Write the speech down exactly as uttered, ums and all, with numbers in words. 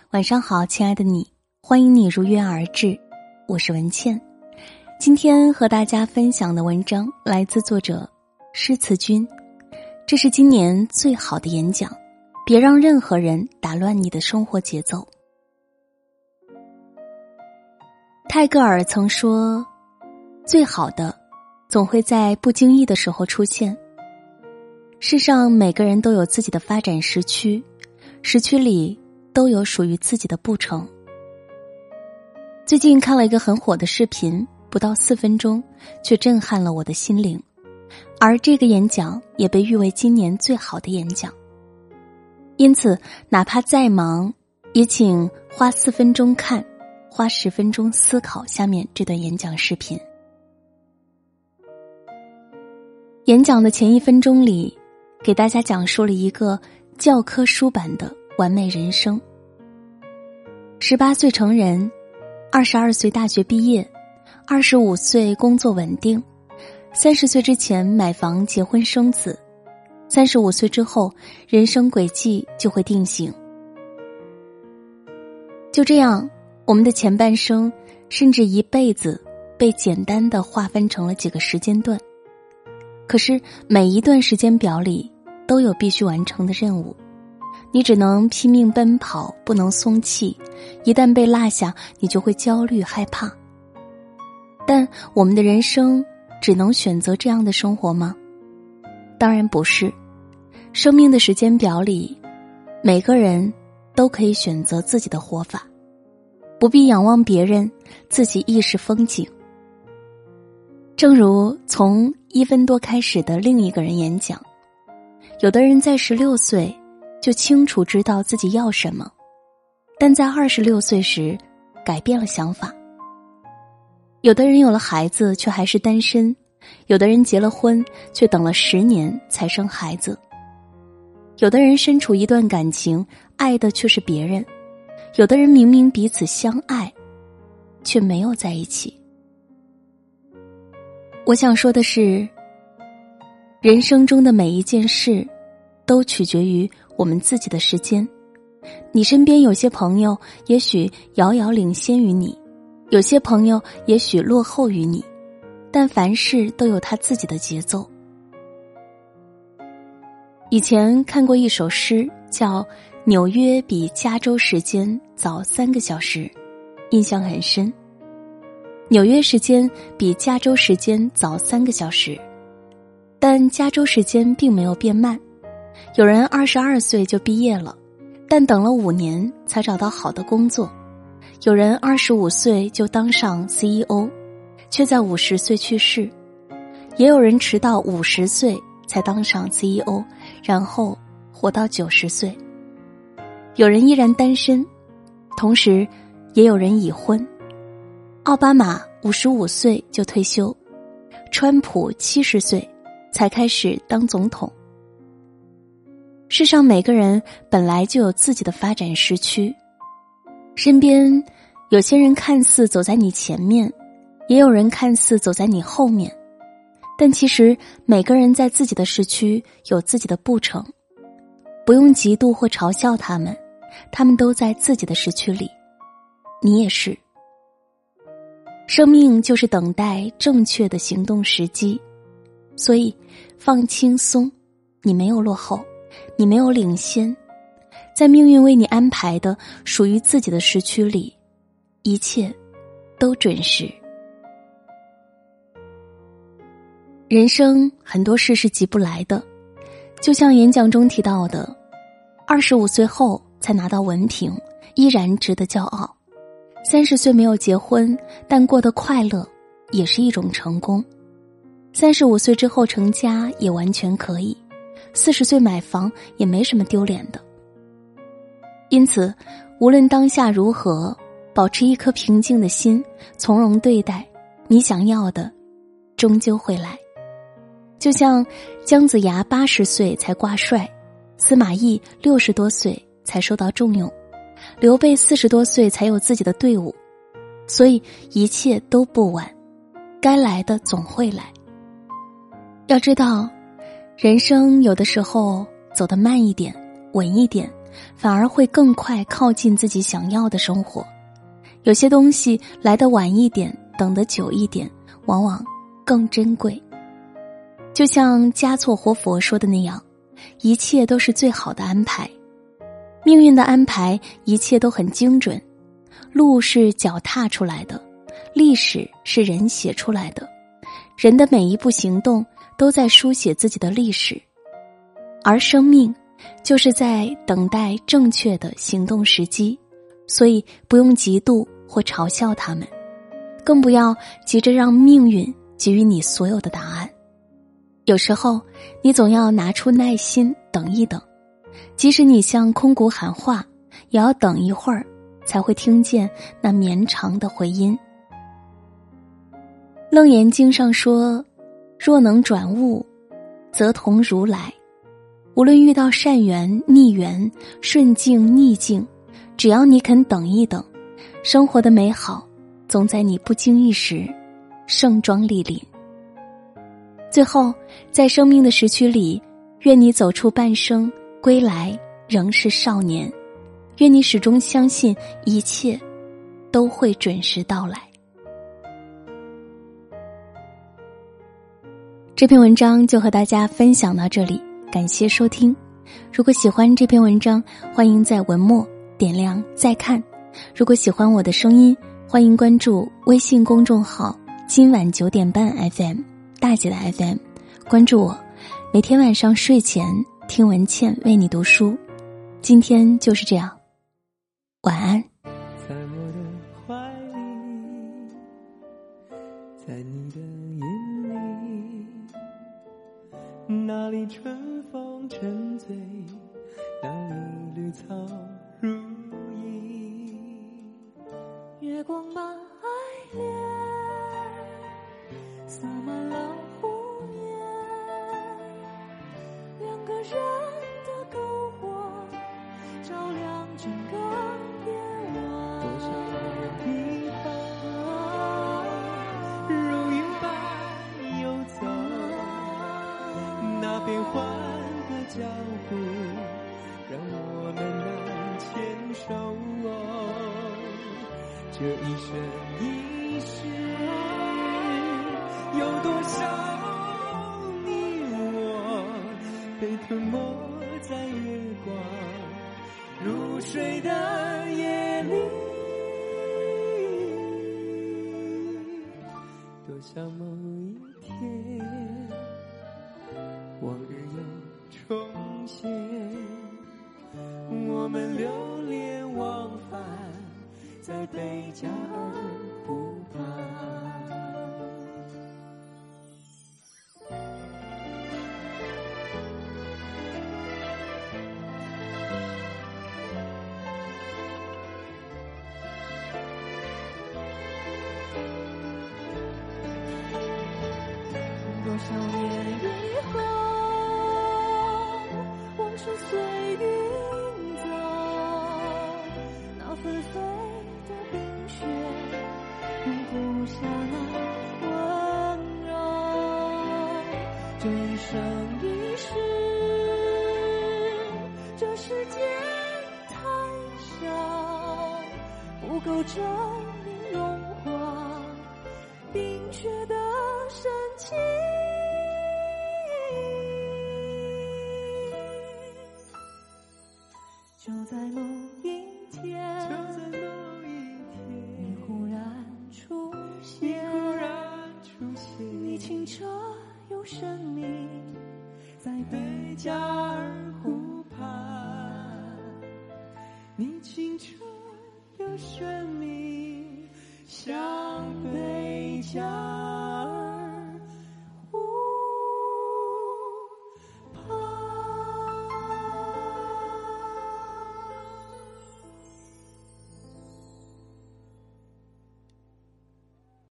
晚上好，亲爱的你，欢迎你如约而至，我是文倩。今天和大家分享的文章来自作者诗词君，这是今年最好的演讲，别让任何人打乱你的生活节奏。泰戈尔曾说，最好的总会在不经意的时候出现。世上每个人都有自己的发展时区，时区里都有属于自己的步程。最近看了一个很火的视频，不到四分钟却震撼了我的心灵，而这个演讲也被誉为今年最好的演讲。因此哪怕再忙，也请花四分钟看，花十分钟思考下面这段演讲视频。演讲的前一分钟里，给大家讲述了一个教科书版的完美人生。十八岁成人，二十二岁大学毕业，二十五岁工作稳定，三十岁之前买房结婚生子，三十五岁之后人生轨迹就会定型。就这样，我们的前半生甚至一辈子被简单的划分成了几个时间段。可是每一段时间表里都有必须完成的任务，你只能拼命奔跑，不能松气，一旦被落下，你就会焦虑害怕。但我们的人生只能选择这样的生活吗？当然不是。生命的时间表里，每个人都可以选择自己的活法，不必仰望别人，自己亦是风景。正如从一分多开始的另一个人演讲，有的人在十六岁就清楚知道自己要什么，但在二十六岁时改变了想法。有的人有了孩子却还是单身，有的人结了婚却等了十年才生孩子。有的人身处一段感情，爱的却是别人，有的人明明彼此相爱，却没有在一起。我想说的是，人生中的每一件事都取决于我们自己的时间。你身边有些朋友也许遥遥领先于你，有些朋友也许落后于你，但凡事都有他自己的节奏。以前看过一首诗，叫《纽约比加州时间早三个小时》，印象很深。纽约时间比加州时间早三个小时，但加州时间并没有变慢。有人二十二岁就毕业了，但等了五年才找到好的工作；有人二十五岁就当上 C E O， 却在五十岁去世；也有人迟到五十岁才当上 C E O， 然后活到九十岁。有人依然单身，同时也有人已婚。奥巴马五十五岁就退休，川普七十岁才开始当总统。世上每个人本来就有自己的发展时区，身边有些人看似走在你前面，也有人看似走在你后面，但其实每个人在自己的时区有自己的步程，不用嫉妒或嘲笑他们，他们都在自己的时区里，你也是。生命就是等待正确的行动时机，所以放轻松，你没有落后，你没有领先，在命运为你安排的属于自己的时区里，一切都准时。人生很多事是急不来的，就像演讲中提到的，二十五岁后才拿到文凭，依然值得骄傲。三十岁没有结婚，但过得快乐，也是一种成功。三十五岁之后成家也完全可以，四十岁买房也没什么丢脸的。因此，无论当下如何，保持一颗平静的心，从容对待，你想要的终究会来。就像姜子牙八十岁才挂帅，司马懿六十多岁才受到重用，刘备四十多岁才有自己的队伍，所以一切都不晚，该来的总会来。要知道，人生有的时候走得慢一点，稳一点， 反而会更快靠近自己想要的生活。有些东西来得晚一点，等得久一点，往往更珍贵。就像嘉措活佛说的那样，一切都是最好的安排。命运的安排，一切都很精准。路是脚踏出来的，历史是人写出来的。人的每一步行动都在书写自己的历史，而生命就是在等待正确的行动时机。所以不用嫉妒或嘲笑他们，更不要急着让命运给予你所有的答案。有时候你总要拿出耐心等一等，即使你向空谷喊话，也要等一会儿才会听见那绵长的回音。楞严经上说，若能转悟，则同如来。无论遇到善缘、逆缘、顺境、逆境，只要你肯等一等，生活的美好总在你不经意时盛装莅临。最后，在生命的时区里，愿你走出半生，归来仍是少年。愿你始终相信一切都会准时到来。这篇文章就和大家分享到这里，感谢收听。如果喜欢这篇文章，欢迎在文末点亮再看。如果喜欢我的声音，欢迎关注微信公众号今晚九点半 F M 大姐的 F M， 关注我，每天晚上睡前听文倩为你读书。今天就是这样，晚安。 在我的怀里，在你的眼里，那里春风沉醉，那里绿草如茵。 月光把爱恋洒满了湖面，两个人的篝火照亮整个夜晚。 多少地方如云般游走，那变幻的脚步让我们能牵手。这一生一世，有多少你我被吞没在月光入睡的夜里。多想某一天往日又重现，我们流连忘返在贝加尔湖畔。 多少年以后，往事随云走，那纷飞的冰雪容不下那温柔。这一生一世，这世界太小，不够证明融化冰雪的深情。就在某一天， 就在某一天， 你忽然出现， 你忽然出现， 你清澈又神秘，在贝加尔湖畔，你清澈又神秘，像贝加尔